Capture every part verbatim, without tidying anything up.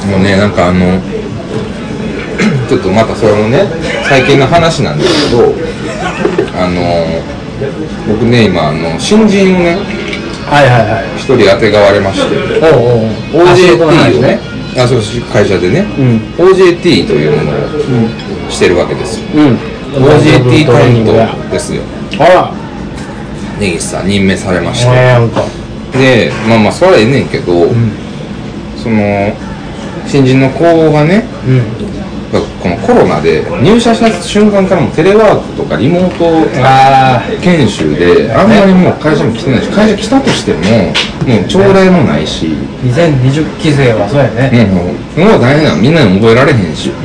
もうね、なんかあのちょっとまたそれもね最近の話なんですけど、あの僕ね今あの新人をねはいはいはい一人当てがわれまして、 おうおうオージェーティー をね、あ、そう会社でね、うん、オージェーティー というものをしてるわけですよ、うん、オージェーティー 担当ですよ。あら、根岸さん任命されまして、で、まあまあそれはええねんけど、うん、その新人の子がね、うん、このコロナで入社した瞬間からもテレワークとかリモート研修であんまりもう会社も来てないし、会社来たとしてももう朝礼もないし、 にせんにじゅう期生はそうやね、 うん、もう大変なの、みんなに覚えられへんし、うん、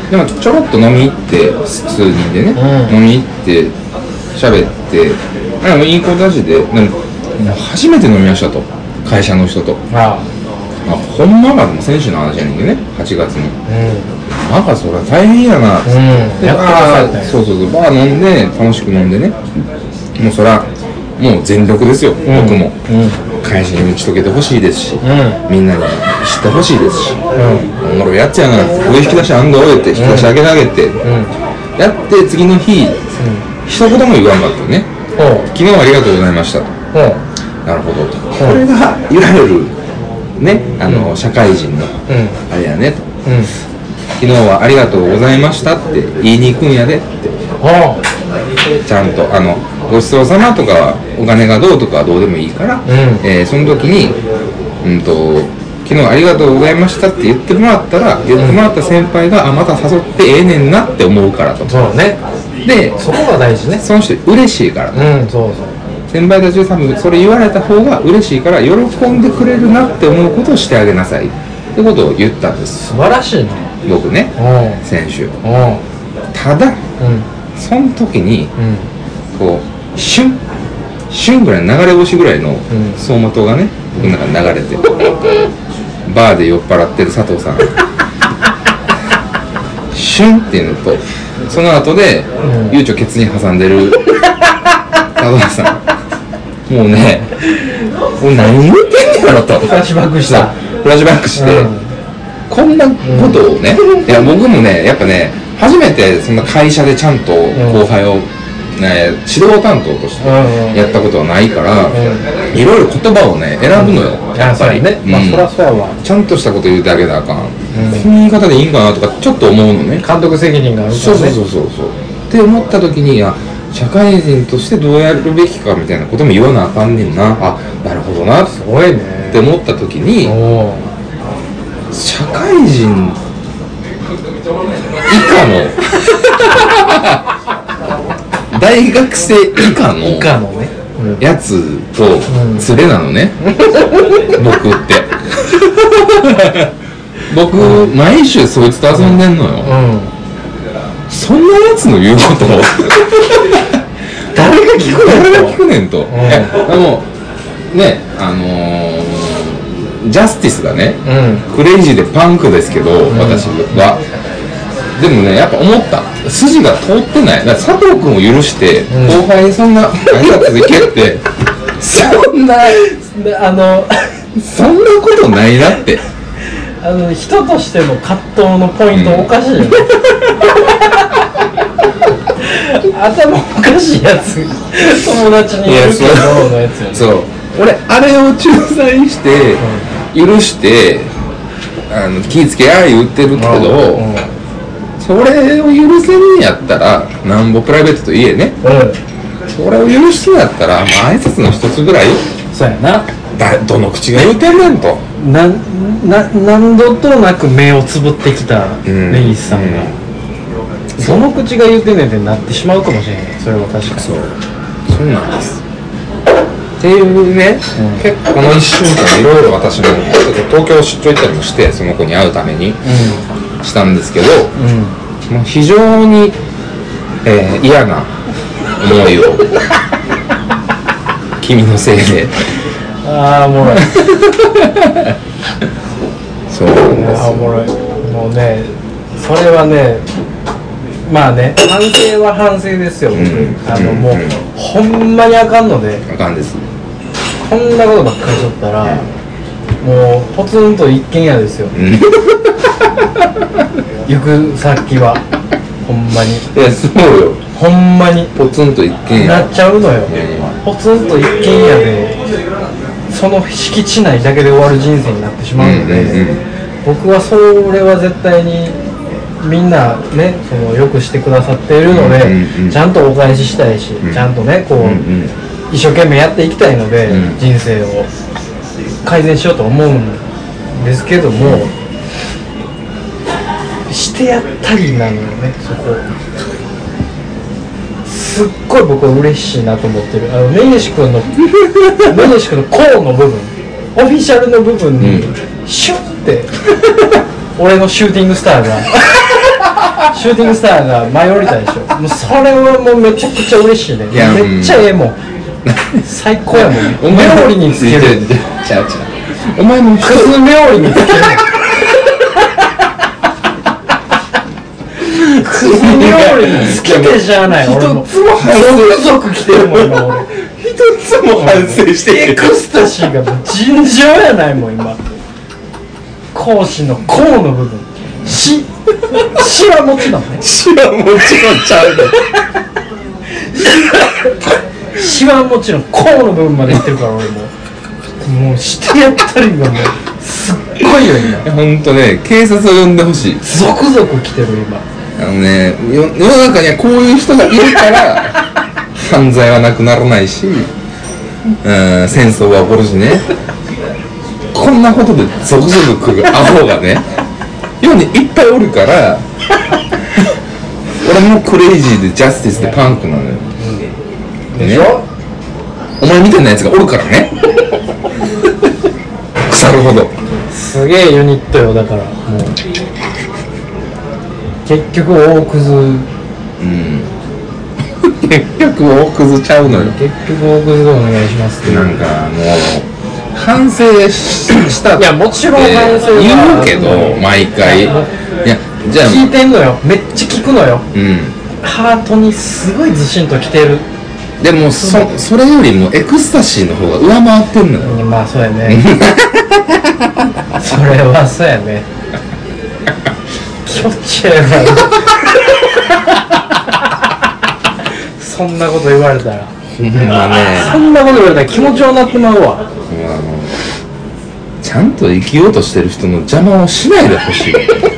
でもちょろっと飲み行って数人でね、うん、飲み行って喋って、あもういい子たちで、でももう初めて飲みましたと、会社の人と。ああ、ほんまはもう選手の話やねんけどね、はちがつに、うん、なんかそれは大変やなって、うん、でバーそうそうそうバー飲んで楽しく飲んでね、もうそれはもう全力ですよ、うん、僕も、うん、会社に打ち解けてほしいですし、うん、みんなに知ってほしいですし、うん、おもろいやつやな、上引き出しあんがおいって引き出し上げてあげて、うん、やって次の日、うん、一言も言わんかったよね、うん、昨日はありがとうございましたと、うん、なるほどと、うん、これがいわゆるね、あの、うん、社会人の、うん、あれやねと、うん、昨日はありがとうございましたって言いに行くんやでって、ちゃんとあのごちそうさまとかお金がどうとかはどうでもいいから、うん、えー、その時に、うんと、昨日ありがとうございましたって言ってもらったら、言ってもらった先輩が、あ、また誘ってええねんなって思うからと。 そうね。で、そこが大事ね。 その人嬉しいから、 ね、うん、そうそう。 先輩たちは多分それ言われた方が嬉しいから喜んでくれるなって思うことをしてあげなさいってことを言ったんです。 素晴らしいね、 僕ね、先週。ただ、うん、その時に、うん、こう瞬瞬ぐらい流れ星ぐらいの走馬灯がね、僕の中に流れて、バーで酔っ払ってる佐藤さんシュンっていうのと、その後で、うん、ゆうちょケツに挟んでる佐藤さん、もうね、もう何言ってんねやろと、 フラッシュバックした、 フラッシュバックして、うん、こんなことをね、うん、いや僕もね、やっぱね、初めてそんな会社でちゃんと後輩を、ね、指導担当としてやったことはないから、いろいろ言葉をね選ぶのよ、うん、やっぱりね、 まあそりゃそうやわ、 ちゃんとしたこと言うてあげなあかん、うん、この言い方でいいんかなとかちょっと思うのね、 監督責任があるからね、 そうそうそうそうそうって思った時に、あ、社会人としてどうやるべきかみたいなことも言わなあかんねんな、あ、なるほどな、 すごいねって思った時に、社会人以下の大学生以下のやつと連れなのね、うん、僕って僕、うん、毎週そいつと遊んでんのよ、うん、そんなやつの言うことを誰が聞くねんと、誰が聞くねんと、うん、いやでもね、あのー、ジャスティスがね、うん、クレイジーでパンクですけど、うん、私はでもね、やっぱ思った、筋が通ってない。だから佐藤君を許して、うん、後輩にそんな挨拶いけってそんなあのそんなことないなってあの人としての葛藤のポイントおかしいよね、うん、頭おかしいやつ友達にいるけどのやつよね。 そう俺あれを仲裁して、うん、許してあの気ぃつけや言ってるけど、うんうん、それを許せるんやったらなんぼプライベートといえね、うん、それを許すんやったら、まあ、挨拶の一つぐらい、 そうやな、 だどの口が言うてんねんと、 なな何度となく目をつぶってきた根岸さんが、うん、その口が言うてんねんってなってしまうかもしれない。それは確かにそうそうなんですっていうね、うん、結構このいっしゅうかんいろいろ私も東京出張行ったりもしてその子に会うために、うん、したんですけど、うん、もう非常に、えー、嫌な思いを君のせいでああおもろいそうなんですよ。 あおもろい。もうねそれはね、まあね反省は反省ですよ、うん、あの、うん、もう、うん、ほんまにあかんので、 あかんです。 こんなことばっかりしとったら、 もうポツンと一軒家ですよ、うん、行く先はほんまに。 いやそうよ、 ほんまにポツンと一軒家なっちゃうのよ、うん、ポツンと一軒家でその敷地内だけで終わる人生になってしまうので、うんうんうん、僕はそれは絶対にみんなねそのよくしてくださっているので、うんうんうん、ちゃんとお返ししたいし、うん、ちゃんとねこう、うんうん、一生懸命やっていきたいので、うん、人生を改善しようと思うんですけども、うん、してやったりなのよねそこ。すっごい僕は嬉しいなと思ってる。あの根岸君の根岸君のコーの部分、オフィシャルの部分に、うん、シュッて俺のシューティングスターがシューティングスターが舞い降りたでしょ。もうそれはもうめちゃくちゃ嬉しいね。めっちゃええもん。最高やもん。目降りにつける。 ちゃうちゃう。お前も普通目降りにつける。普通目降りにつけてじゃない。俺も一つも反省続々来てるもん今俺。 一つも反省してる。 エクスタシーが尋常やないもん今。講師の講の部分。し、しはもちろんね。 しはもちろんちゃうね。 しはもちろんこうの部分までいってるから俺ももうしてやったりがもうすっごいよ今。 ほんとね警察を呼んでほしい。 続々来てる今。 あのね世の中にはこういう人がいるから犯罪はなくならないし、うん、戦争は起こるしね。こんなことで続々来るアホがね世にいっぱいおるから俺もクレイジーでジャスティスでパンクなのよ、うん、でしょ、お前みたいなやつがおるからね腐るほどすげえユニットよ。だからもう結局大クズ、うん、 結局大クズちゃうのよ。 結局大クズでお願いしますってなんかもう反省したっていやもちろん反省は言うけど毎回いやじゃあ聞いてんのよ。めっちゃ聞くのよ、 うん、 ハートにすごいずしんときてる。 でも そ, それよりもエクスタシーの方が上回ってんのよ、 うん、まあそうやねそれはそうやね気持ち悪いそんなこと言われたらほんまねそんなこと言われたら気持ちよくなってまうわ。 あのちゃんと生きようとしてる人の邪魔をしないでほしい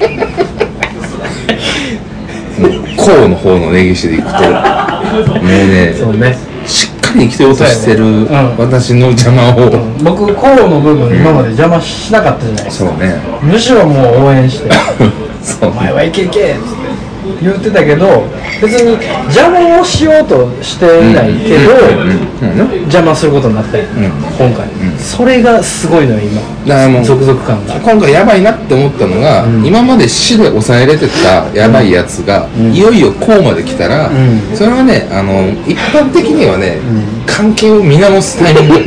こうの方の根岸でいくともう ね, そうねしっかり生きてようとしてる私の邪魔を、 うんうん、僕こうの部分今まで邪魔しなかったじゃないですか、 そうね、 むしろもう応援してそう、 お前はいけいけって言ってたけど別に邪魔をしようとしていないけど、うんうんうん、邪魔することになったよ、うん、今回、うん、それがすごいのよ今。 だからもう続々感が今回やばいなって思ったのが、うん、今まで死で抑えれてたやばいやつが、うん、いよいよこうまで来たら、うん、それはねあの一般的にはね、うん、関係を見直すタイミング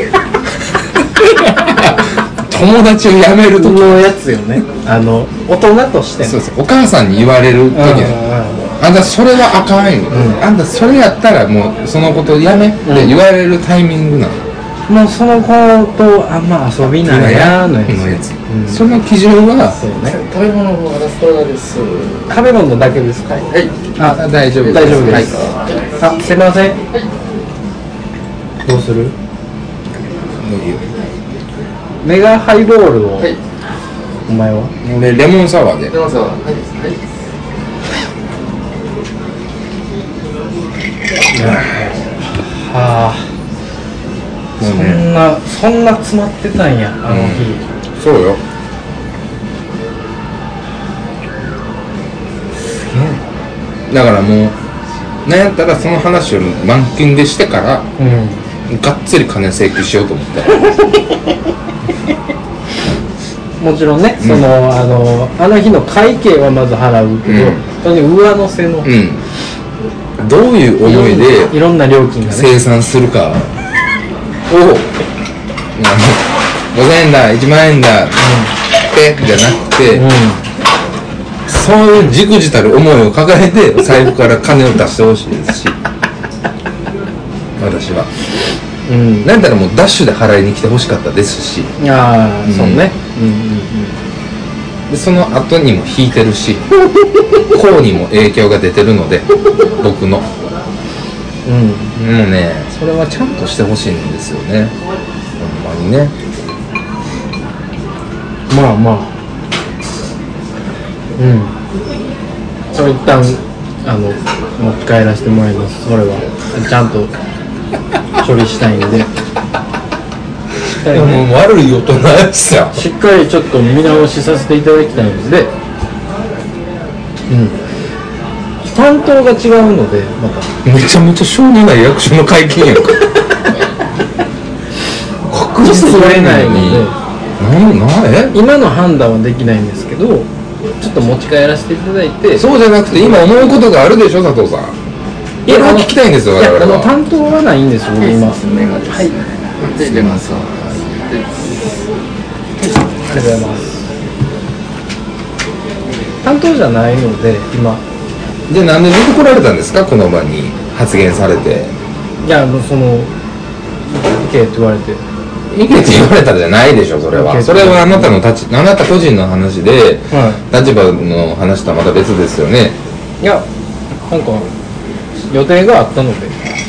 友達を辞める時のやつよね。あの大人としてそうそうお母さんに言われる時にあんたそれはあかんよ、うん、あんたそれやったらもうそのことやめって言われるタイミングなの、 うん、もうその子とあんま遊びないやのやつ、 うん、その基準はそう、ね、 食べ物のラストラです。 食べ物だけですか。はい、 あ大丈夫です大丈夫です、はい、あすいません、はい、どうするメガハイボールを、はい、お前は俺レモンサワーでレモンサワーはい、はいはあ、そんなそんな詰まってたんやあの日、 うん、そうよすげえ。 だからもうなんやったらその話を満金でしてから、うん、がっつり金請求しようと思ったもちろんね、うん、そのあのあの日の会計はまず払うけど、うん、それに上乗せの、うんどういう思いでいろんな料金が、ね、 生産するかをごせんえんだいちまんえんだ、うん、ってじゃなくて、うん、そういうじくじたる思いを抱えて財布から金を出してほしいですし私はうん、 なんだらもうダッシュで払いに来てほしかったですし、 ああ、うん、そうね、うんうんうん、 でその後にも引いてるしこうにも影響が出てるので僕の、うん、もうねそれはちゃんとしてほしいんですよね、ほんまにね。 まあまあ、うん、それ一旦あの持ち帰らせてもらいます。それはちゃんと処理したいんでしっかり、ね、 もう悪い大人ですよ。 しっかりちょっと見直しさせていただきたいので、うん、担当が違うのでまためちゃめちゃしょうもない役所の会見やんか確実に言えないのになんなえ今の判断はできないんですけど、ちょっと持ち帰らせていただいて。 そうじゃなくて今思うことがあるでしょ佐藤さん。いや聞きたいんですよ。 いやあの担当はないんですよ、僕今。はい。 で出ます。 ありがとうございます。担当じゃないので今。 じゃあなんで出てこられたんですか、この場に発言されて。 いや、あのその行けって言われて。 行けって言われたらじゃないでしょ、それは。それはあなたの立ち、あなた個人の話で、はい、立場の話とはまた別ですよね。 いや、なんか予定があったので。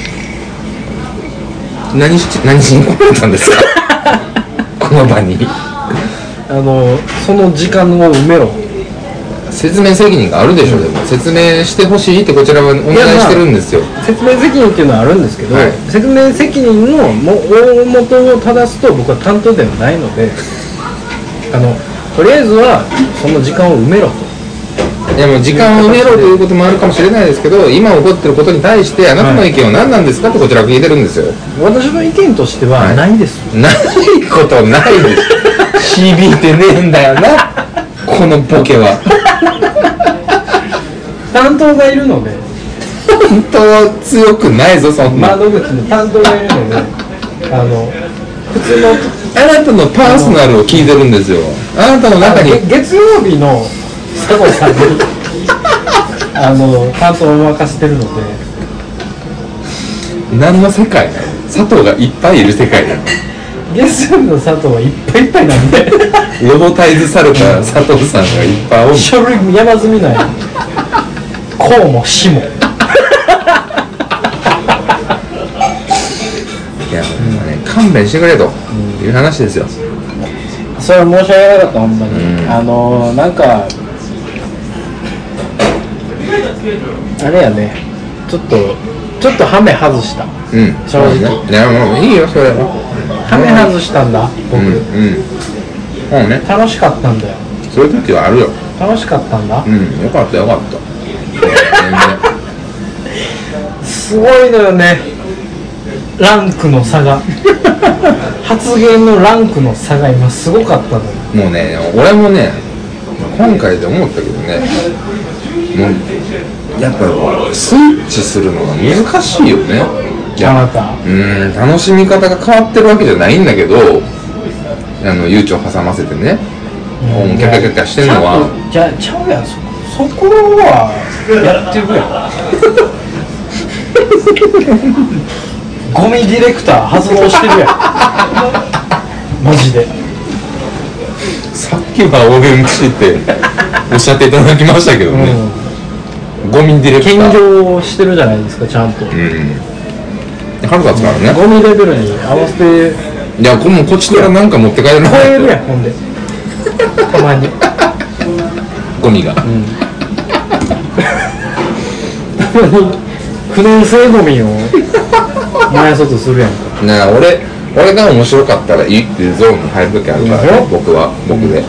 何し何しに来られたんですかこの場に。 あのその時間を埋めろ。 説明責任があるでしょ、うん、でも説明してほしいってこちらはお願いしてるんですよ。 まあ、説明責任っていうのはあるんですけど、はい、説明責任のも大元を正すと僕は担当ではないのであのとりあえずはその時間を埋めろと。 いやもう時間を埋めろということもあるかもしれないですけど、今起こっていることに対してあなたの意見は何なんですかってこちら聞いてるんですよ。 私の意見としてはないです、 はい、ないことないです響いてねえんだよなこのボケは担当がいるので担当は強くないぞ、そんな窓口の担当がいるのであの普通のあなたのパーソナルを聞いてるんですよ。あなたの中に月曜日の佐藤さんにあの担当を任せてるので。 何の世界なの？佐藤がいっぱいいる世界なの？ 月曜日の佐藤はいっぱいいっぱいなんでロボタイズされた佐藤さんがいっぱいおる。 書類山積みないこうもしもいや、うんね、勘弁してくれという話ですよ、 うん、それは申し訳なかった、ほんまに、うん、あのー、なんかあれやね、ちょっとちょっとハメ外した、うん、正直、 ね、いやもういいよそれは。 ハメ外したんだ僕、うんうんそうね、 楽しかったんだよ。 そういう時はあるよ。 楽しかったんだ。 うん、よかったよかったすごいのよね、ランクの差が発言のランクの差が今すごかったのよ。 もうね、俺もね今回で思ったけどね、もうやっぱスイッチするのが難しいよね。 あなたうん楽しみ方が変わってるわけじゃないんだけど、あの悠長挟ませてね、うん、キャキャキャキャしてるのはじゃちゃうやん、そそこはやってるやんゴミディレクター発動してるやんマジで。 さっきはお元気っておっしゃっていただきましたけどね、うん、ゴミディレクター献上してるじゃないですか、ちゃんと。うん腹立つからね、 ゴミレベルに合わせて。 いや、このこっちからなんか持って帰らないと超えるやん、ほんでたまにゴミが、うん、たまに不燃性ゴミを燃やそうとするやんか。 ねえ、俺俺が面白かったらいいっていうゾーンに入る時あるから、ね、僕は僕で、うん、でもね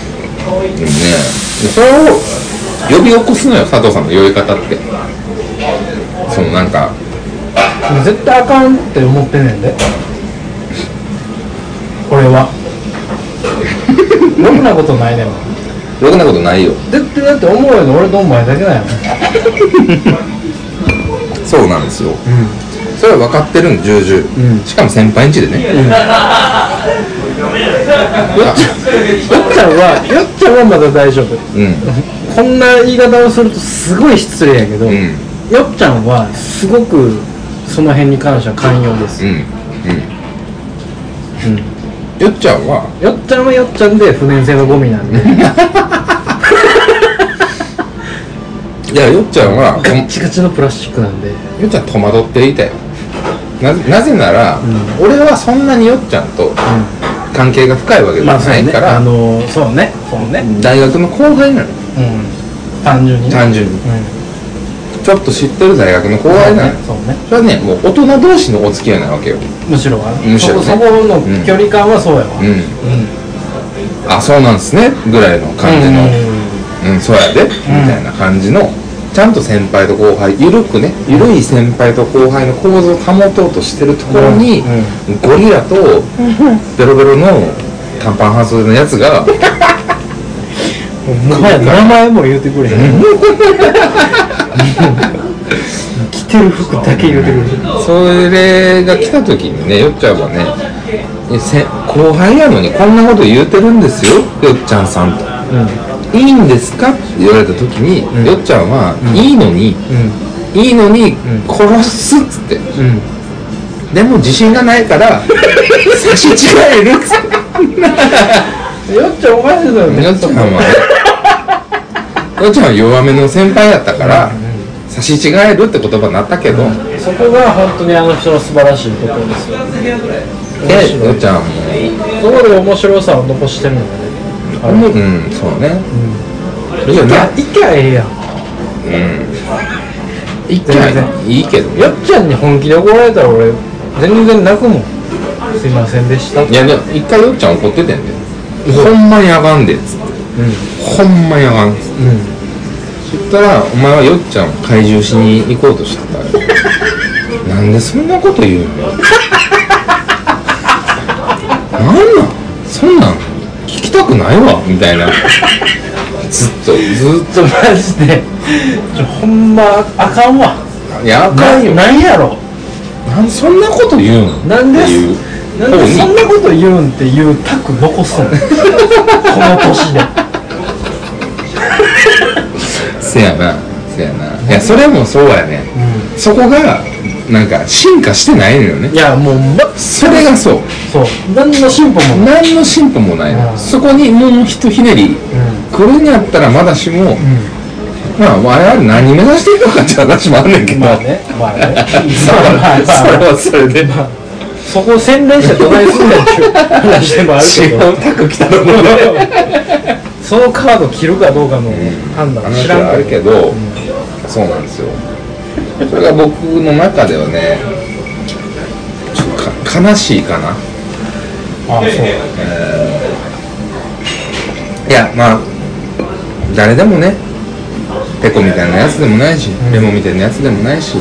それを呼び起こすのよ、佐藤さんの酔い方って。そのなんか絶対あかんって思ってんねんで俺はろくなことないねん。 ろくなことないよ。 絶対だって思うよの俺とお前だけだよそうなんですよ、うん、それは分かってるん重々、うん、しかも先輩んちでね、うん、よっちゃんはよっちゃんはまだ大丈夫、うん、こんな言い方をするとすごい失礼やけど、うん、よっちゃんはすごくその辺に関しては寛容です、うんうん、 よっちゃんはよっちゃんはよっちゃんで不燃性のゴミなんでいやよっちゃんはガッチガチのプラスチックなんで、 よっちゃん戸惑っていたよ。なぜ、なぜなら、うん、俺はそんなによっちゃんと関係が深いわけじゃないから、 まあそうね、あのー、そうねそうね大学の後輩なの、うん、 単純に、ね、 単純に、うん、ちょっと知ってる大学の後輩なの。 そうね、 それはねもう大人同士のお付き合いなわけよ。 むしろは、ね、 むしろ、ね、 そこの距離感はそうやわ、うんうん、 あそうなんですねぐらいの感じの、うん、うん、そうやで、うん、みたいな感じのちゃんと先輩と後輩ゆるくね、ゆるい先輩と後輩の構造を保とうとしてるところに、うんうん、ゴリラとベロベロの短パン半袖のやつがもはや名前も言うてくれへん着てる服だけ言うてくれへん。 それが来た時にね、よっちゃんはね後輩やのにこんなこと言うてるんですよよっちゃんさんと、うん、いいんですかって言われた時に、うん、よっちゃんは、うん、いいのに、うん、いいのに殺すっつって、うん、でも自信がないから差し違えるっつってよっちゃんおかしいだよね。 よっちゃんはよっちゃんは弱めの先輩やったから、うん、差し違えるって言葉になったけど、うん、 そこが本当にあの人の素晴らしいところですよ。 でよっちゃんもそこで面白さを残してるので、ね、 うん、そうね。 いや、いきゃええやん。 うん。いきゃいいけど。 よっちゃんに本気で怒られたら俺全然泣くもん。すいませんでした。 いやでも一回よっちゃん怒っててんで。ほんまにあかんでっつって。うん。ほんまにあかんっつって。うん。そしたらお前はよっちゃんを懐柔しに行こうとしてたよ。なんでそんなこと言うんだよ。なんなんそんなん聞きたくないわみたいなずっとずっとマジでちょほんまあかんわ。 いやあかんよ。 なんやろなんでそんなこと言うんなんでなんでそんなこと言うんっていうタク残すんこの年でせやなせやな。いやそれもそうやね、うん、そこがなんか進化してないのよね。 いやもう、ま、 それがそうそう何の進歩もない何の進歩もないの、うん、そこにもうひとひねり、うん、来るんやったらまだしも、うん、まあ我々何目指してるのかって話もあんねんけど、 まあねまあねそれはそれで、まあ、 そこを洗練してどないすんねんっていう話でもあるけど違うタク来たのもねそのカード切るかどうかの判断、うん、知らんあるけど、うん、そうなんですよ。それが僕の中ではねちょっとか悲しいかな。 ああそう、えー、いやまあ誰でもねペコみたいなやつでもないし、うん、レモみたいなやつでもないし、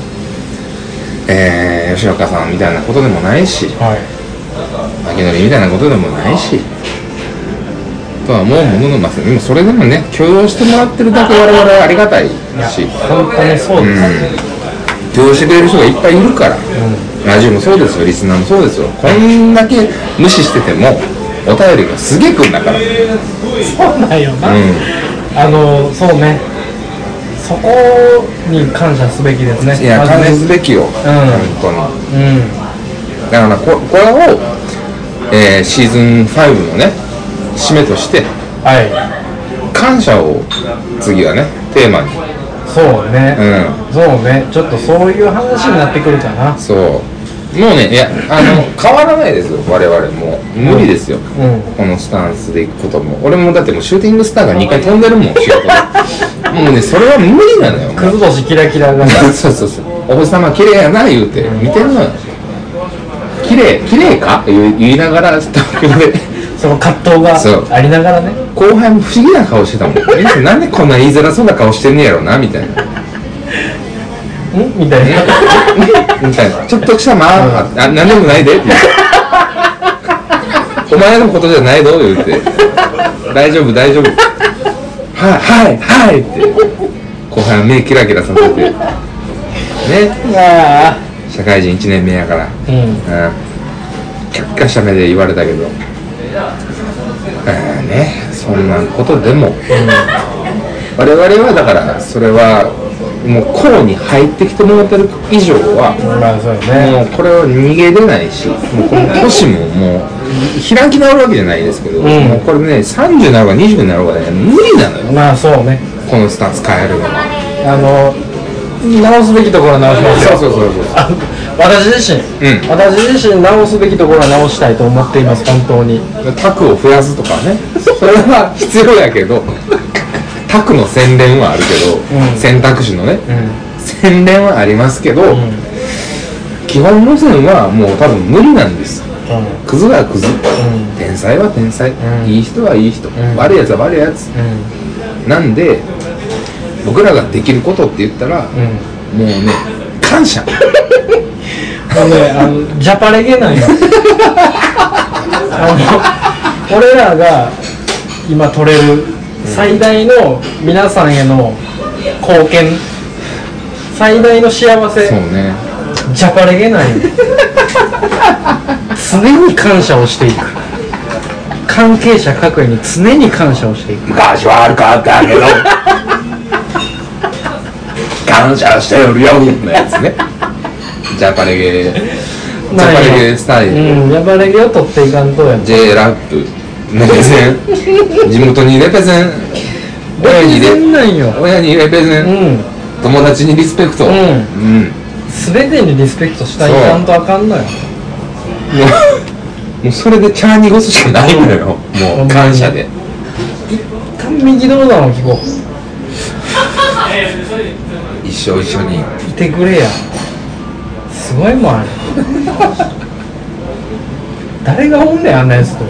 えー、吉岡さんみたいなことでもないし、はい、牧野みたいなことでもないしとは思うもののますでもそれでもね許容してもらってるだけ我々はありがたいし、 本当にそうです、 うん、許容してくれる人がいっぱいいるから、うん、ラジオもそうですよリスナーもそうですよ。こんだけ無視しててもお便りがすげえ来るんだから。 そうなんよな、うん、あのそうねそこに感謝すべきですね。 いや、感謝すべきよ、うん、本当に、うん、だからこ、これを、えー、シーズンファイブのね締めとして、はい、感謝を次はねテーマに。 そうね、うん、そうねちょっとそういう話になってくるかな。 そうもうねいやあの変わらないですよ我々も無理ですよ、うん、このスタンスでいくことも。俺もだってもうシューティングスターがにかい飛んでるもん仕事でもうねそれは無理なのよ。 くず星キラキラがそうそうそうお星様綺麗やな言うて見てるのよ。綺麗綺麗か言いながら東京でその葛藤がありながらね後輩も不思議な顔してたもんなんでこんな言いづらそうな顔してんねやろなみたいなんみたいなみたいなちょっとしたまあ、うん、あ何でもないでってお前のことじゃないの言うて大丈夫大丈夫はいはいはいって後輩は目キラキラさせてねあ社会人いちねんめやから、うんうん、キャッキャした目で言われたけどあねそんなことでも、うん、我々はだからそれはもうこうに入ってきてもらってる以上は、 まあそうよね、 もうこれは逃げれないし、もうこの年ももう開き直るわけじゃないですけど、うん、もうこれねさんじゅうになろうがにじゅうになろうがね無理なのよ。 まあそうね、 このスタンス変えるのはあの直すべきところは直しますよ。 そうそうそうそう私自身、うん、私自身直すべきところは直したいと思っています。本当にタクを増やすとかねそれは必要やけどタクの洗練はあるけど、うん、選択肢のね、うん、洗練はありますけど、うん、基本路線はもう多分無理なんです、うん、クズはクズ、うん、天才は天才、うん、いい人はいい人、うん、悪いやつは悪いやつ、うん、なんで僕らができることって言ったら、うん、もうね感謝もうね、あのジャパレゲなんよあの俺らが今取れる最大の皆さんへの貢献、最大の幸せ、 そうね、 ジャパレゲなんよ常に感謝をしていく、関係者各位に常に感謝をしていく。 昔は悪かったけど感謝してるよのやつねジャパレゲジャパレゲスタイル、 うん、ジャパレゲを取っていかんとや J ラップレペゼン地元にレペゼン親にレ親にレペゼン、うん、友達にリスペクト、うんうん、 全てにリスペクトしたいかんとあかんのよ。もう、もうそれでチャーニゴスしかないのよ、もう感謝で一旦右どうだろう聞こう一生一緒にいてくれや、すごいもんあれ誰がおんねんあんなやつと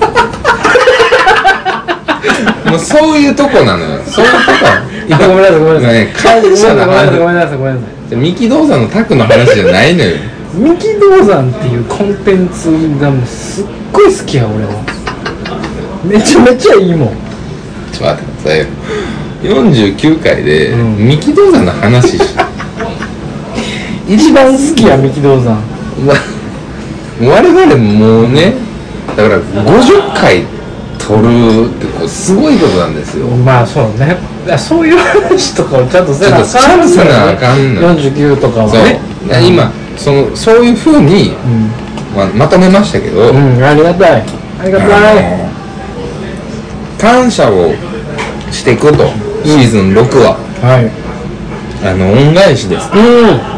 もうそういうとこなのよ、そういうとこいやごめんなさいごめんなさい、 ね、感謝の話、 ごめんなさいごめんなさい、 三木道山のタクの話じゃないのよ三木道山っていうコンテンツがもうすっごい好きや俺は。めちゃめちゃいいもん。 ちょっと待ってくださいよ、よんじゅうきゅうかいで三木道山の話し一番好きや三木道山我々もうね、だからごじゅっかい撮るってこうすごいことなんですよ。 まあそうね、そういう話とかをちゃんとせなあかんの、 よんじゅうきゅうとかはね、 そう、今そのそういう風に、うんま、まとめましたけど、 うん、ありがたいありがたい、 感謝をしていくと、シーズンろくは、はい、あの恩返しです。 うん、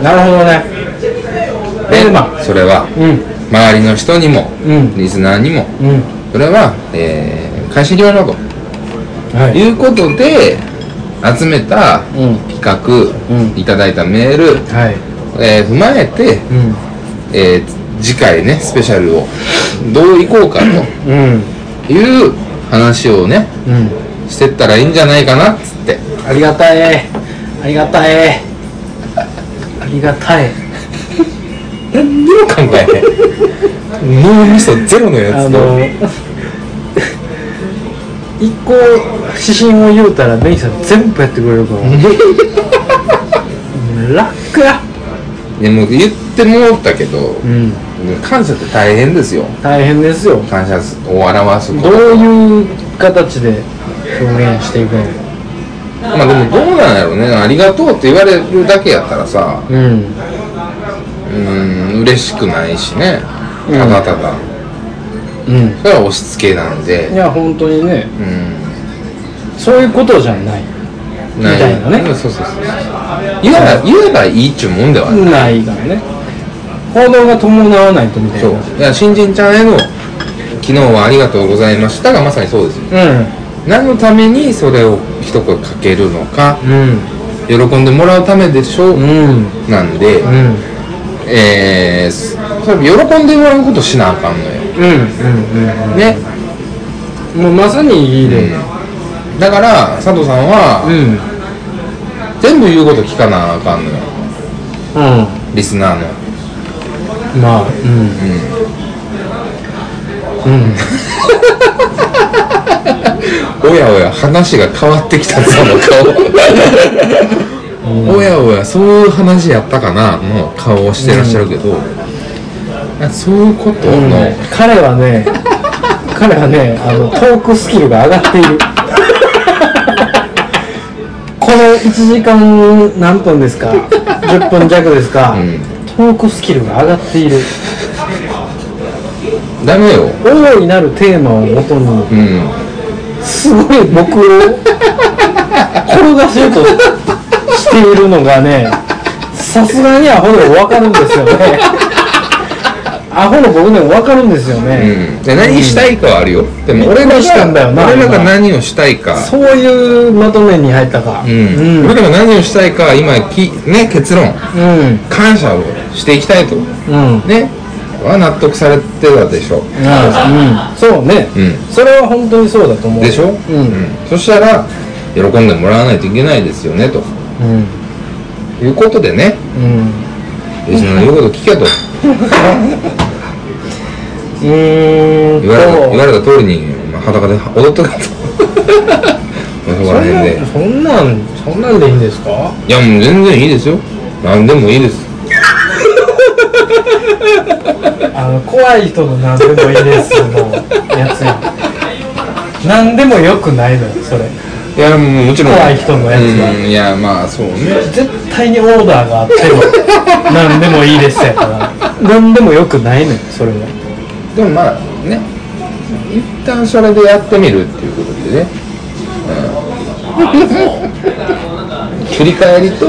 なるほどね。 で、まあ、それは、うん、周りの人にも、うん、リスナーにも、うん、それは、えー、返し際だと、はい、いうことで集めた企画、うん、いただいたメール、はいえー、踏まえて、うんえー、次回ねスペシャルをどういこうかという話をね、うん、してったらいいんじゃないかなっつって。 ありがたいありがたいありがたい何にも考えへん脳みそゼロのやつと、あの一個指針を言うたらメイさん全部やってくれるから楽や。 でも言ってもらったけど、うん、感謝って大変ですよ。 大変ですよ。 感謝を表すどういう形で表現していくの。 まあでもどうなんやろうね。ありがとうって言われるだけやったらさ、うん、うん嬉しくないしね。ただただ、うん、それは押し付けなんで。 いや本当にね、うん、そういうことじゃないみたいなね。 そうそうそう。言えば言えばいいっちゅうもんではない。ないからね。行動が伴わないとみたいな。そう。 いや新人ちゃんへの昨日はありがとうございましたがまさにそうですよ。うん。何のためにそれを一声かけるのか、うん、喜んでもらうためでしょう、うん、なんで、うん、えー、それ喜んでもらうことしなあかんのよ。うんうんうん、ね。 もうまさにいいで、うん、 だから佐藤さんは、うん、全部言うこと聞かなあかんのよ、うん、リスナーのまあうんうん、うんおやおや話が変わってきたぞの顔おやおやそういう話やったかなの顔をしてらっしゃるけど、うん、そういうことの、うん、 彼はね彼はねあのトークスキルが上がっているこのいちじかん何分ですかじゅっぷん弱ですか、うん、トークスキルが上がっている。 ダメよ。 大いなるテーマをもとに、うん、すごい僕を転がそうとしているのがね、さすがにアホでも分かるんですよね。アホの僕でも分かるんですよね、 うん、で何したいかはあるよ、うん、でも俺らが俺らが何をしたいか、 そういうまとめに入ったか、 うんうん、俺らが何をしたいかは今き、ね、結論、うん、感謝をしていきたいと、うん、ねは納得されてたでしょ、うん、 そうね、うん、それは本当にそうだと思うでしょ、うんうん、そしたら喜んでもらわないといけないですよねと、うん、いうことでね、うん、別の言うこと聞けとうーん言われた言われた通りに、まあ、裸で踊っとけとそこら辺でそんなんそんなんでいいんですか。 いやもう全然いいですよ、何でもいいですあの怖い人の何でもいいですのやつや何でもよくないのよそれ。 いやもうもちろん怖い人のやつは、 うん、いやまあそうね、 絶対にオーダーがあっても何でもいいですやから何でもよくないのよそれは。 でもまあね、一旦それでやってみるっていうことでね、うん、振り返りと、うん、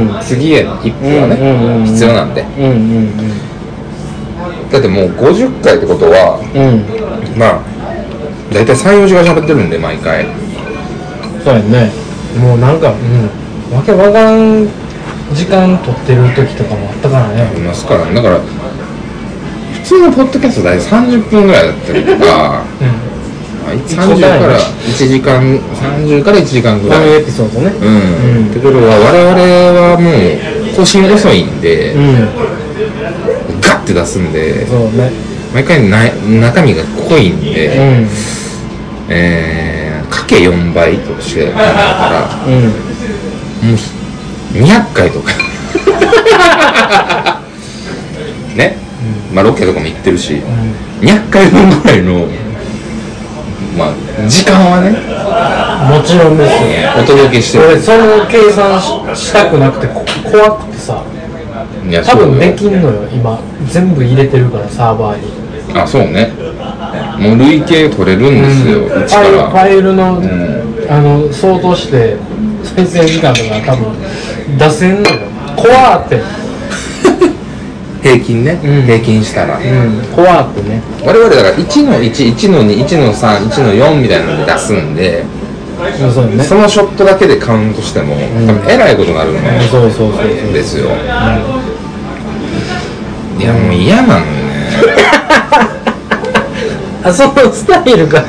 次への一歩はね、うんうん、必要なんで、うんうんうん、だってもうごじゅっかいってことは、うん、まあだいたいさん、よじかん喋ってるんで毎回。 そうやね、もうなんか、うん、わけわからん時間取ってる時とかもあったからね。 ありますからね。だから普通のポッドキャスト大体さんじゅっぷんぐらいだったりとか、うん、さんじゅうからいちじかん、さんじゅうからいちじかんぐらい。 このエピソードね。うん。 うん、ってことは我々はもう更新遅いんで、うん、ガッて出すんで、 そうね、 毎回な中身が濃いんで、うん、えー、かけよんばいとして考えたら、うん、もうにひゃっかいとかね、うん、まあロケとかも行ってるし、うん、にひゃっかいぶんぐらいのまあ時間はね、 もちろんですよ、 お届けしてる。 俺その計算 し, したくなくてこ怖くてさ、いや多分できんのよ今全部入れてるからサーバーに。 あ、そうね、もう累計取れるんですよ、うん、うちからファイルの、うん、あの相当して再生時間とか多分出せんのよ。怖って平均ね、うん、平均したら、うん、 怖ってね、 我々だからいちのいち、いちのに、いちのさん、いちのよんみたいなので出すんで、うん、そうね、そのショットだけでカウントしても、うん、多分えらいことになるのですよ、うん、いやもう嫌なのよねあ、そのスタイルが、うん、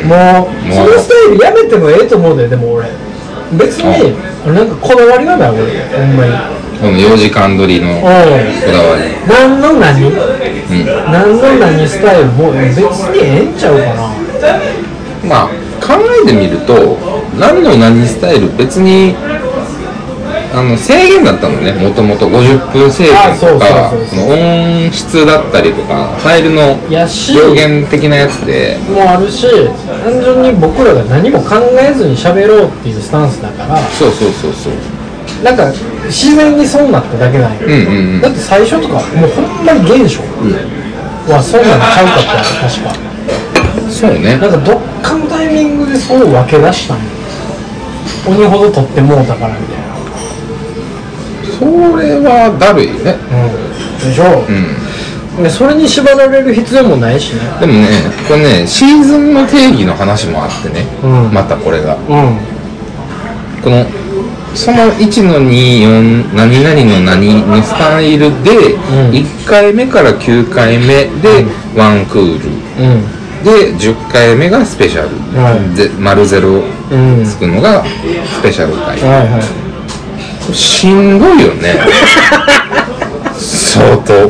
もう、もうそのスタイルやめてもええと思うで、でも俺別になんかこだわりがない俺、ほんまにこのよじかん撮りのこだわり、 何の何、うん、何の何スタイルも別にええんちゃうかな。 まあ考えてみると何の何スタイル別にあの制限だったのね、もともとごじゅっぷん制限とか音質だったりとかファイルの表現的なやつでもあるし、単純に僕らが何も考えずに喋ろうっていうスタンスだから、 そうそうそうそう、 なんか自然にそうなっただけなんよ、うんうんうん、だって最初とかもうほんまに現象はそうなのちゃうかったよ確か。 そうね、 なんかどっかのタイミングでそう分け出したんよ、鬼ほど取ってもうたからみたいな。 それはだるいね、 うん、でしょ、うん、でそれに縛られる必要もないしね。 でもね、これねシーズンの定義の話もあってね、うん、またこれが、うん、このそのいちのに、よん、何々の何のスタイルで、うん、いっかいめからきゅうかいめでワンクール、うん、でじゅっかいめがスペシャル、はい、で丸ゼロつくのがスペシャル回、うん、はいはい、しんどいよね相当。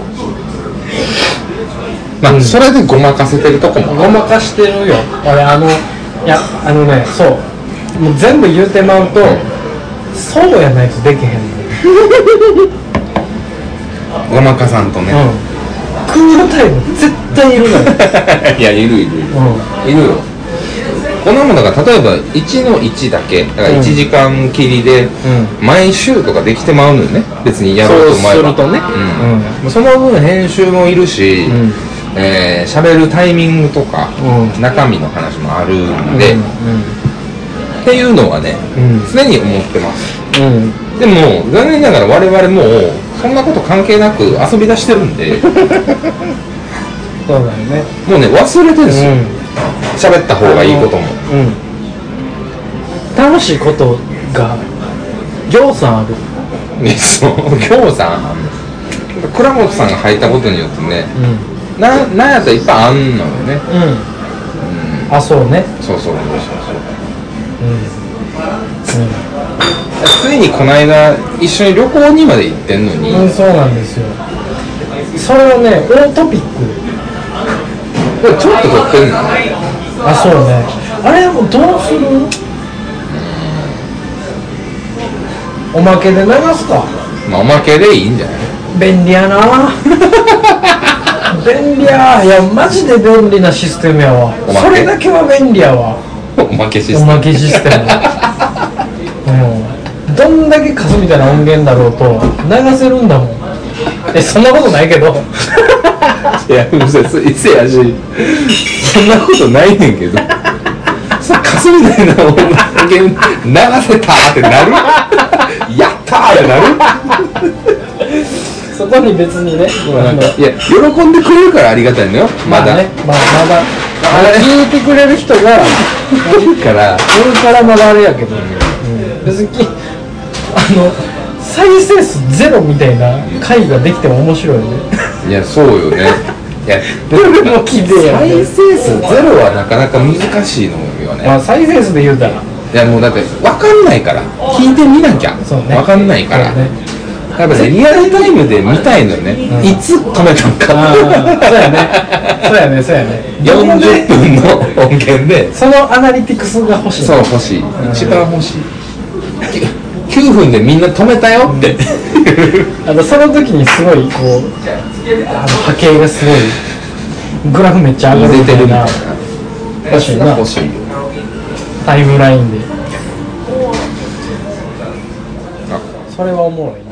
まあ、うん、それでごまかせてるとこもごまかしてるよ俺。あのいやあのね、そうもう全部言うてまうと、うん、そうやないとできへんのごまかさんとね、うん、 クールタイム絶対いるのよいやいるいるいる、うん、いるよ。 こんなものが例えばいちのいちだけだからいちじかんきりで毎週とかできてまうのよね、別にやろうと思えば。 そうするとね、 うんうん、その分編集もいるし、うん、えー、喋るタイミングとか、うん、中身の話もあるんで、うんうん、っていうのはね、うん、常に思ってます、うん、でも残念ながら我々もうそんなこと関係なく遊び出してるんでそうだよね、 もうね忘れてるんですよ、喋、うん、った方がいいことも、うん、 楽しいことがぎょうさんある。 ね、そうぎょうさんある。倉本さんが入ったことによってね、うん、な, なんやったらいっぱいあんのよね、うんうん、あそうねそうそうそうそう、うんうん、ついにこの間一緒に旅行にまで行ってんのに、 うん、そうなんですよ。それをねオートピックこれちょっと撮ってんの。 あそうね、あれもどうする、うん、おまけで流すか。 まあおまけでいいんじゃない。 便利やな便利や、いやマジで便利なシステムやわ。それだけは便利やわ。 おまけシステム、 おまけシステムうん、どんだけカスみたいな音源だろうと流せるんだもん。え、そんなことないけどいや、うるさい、いせやしそんなことないねんけどさ、カスみたいな音源流せたってなるやったーってなるそこに別にね、 いや、喜んでくれるからありがたいのよ、まだ、まあね、まあ、まだ聞いてくれる人がいるからいるからまだあれやけど、うん、別にあの再生数ゼロみたいな回ができても面白いよね。 いや、そうよね。いや、 でもきれいやね。 再生数ゼロはなかなか難しいのよね。 まあ再生数で言うたら、いやもうだって分かんないから、聞いてみなきゃ、ね、分かんないから、ね、やっぱね、リアルタイムで見たいのよね、うん、いつ止めたのか。 そうやね、そうやね、そうやね。 よんじゅっぷんの音源でそのアナリティクスが欲しい。 そう、欲しい、一番欲しい。きゅうふんでみんな止めたよって、 うん、あのその時にすごいこうあの波形がすごいグラフめっちゃ上がるみたいな欲しいな。 欲しいよ、 タイムラインで。それはおもろいな。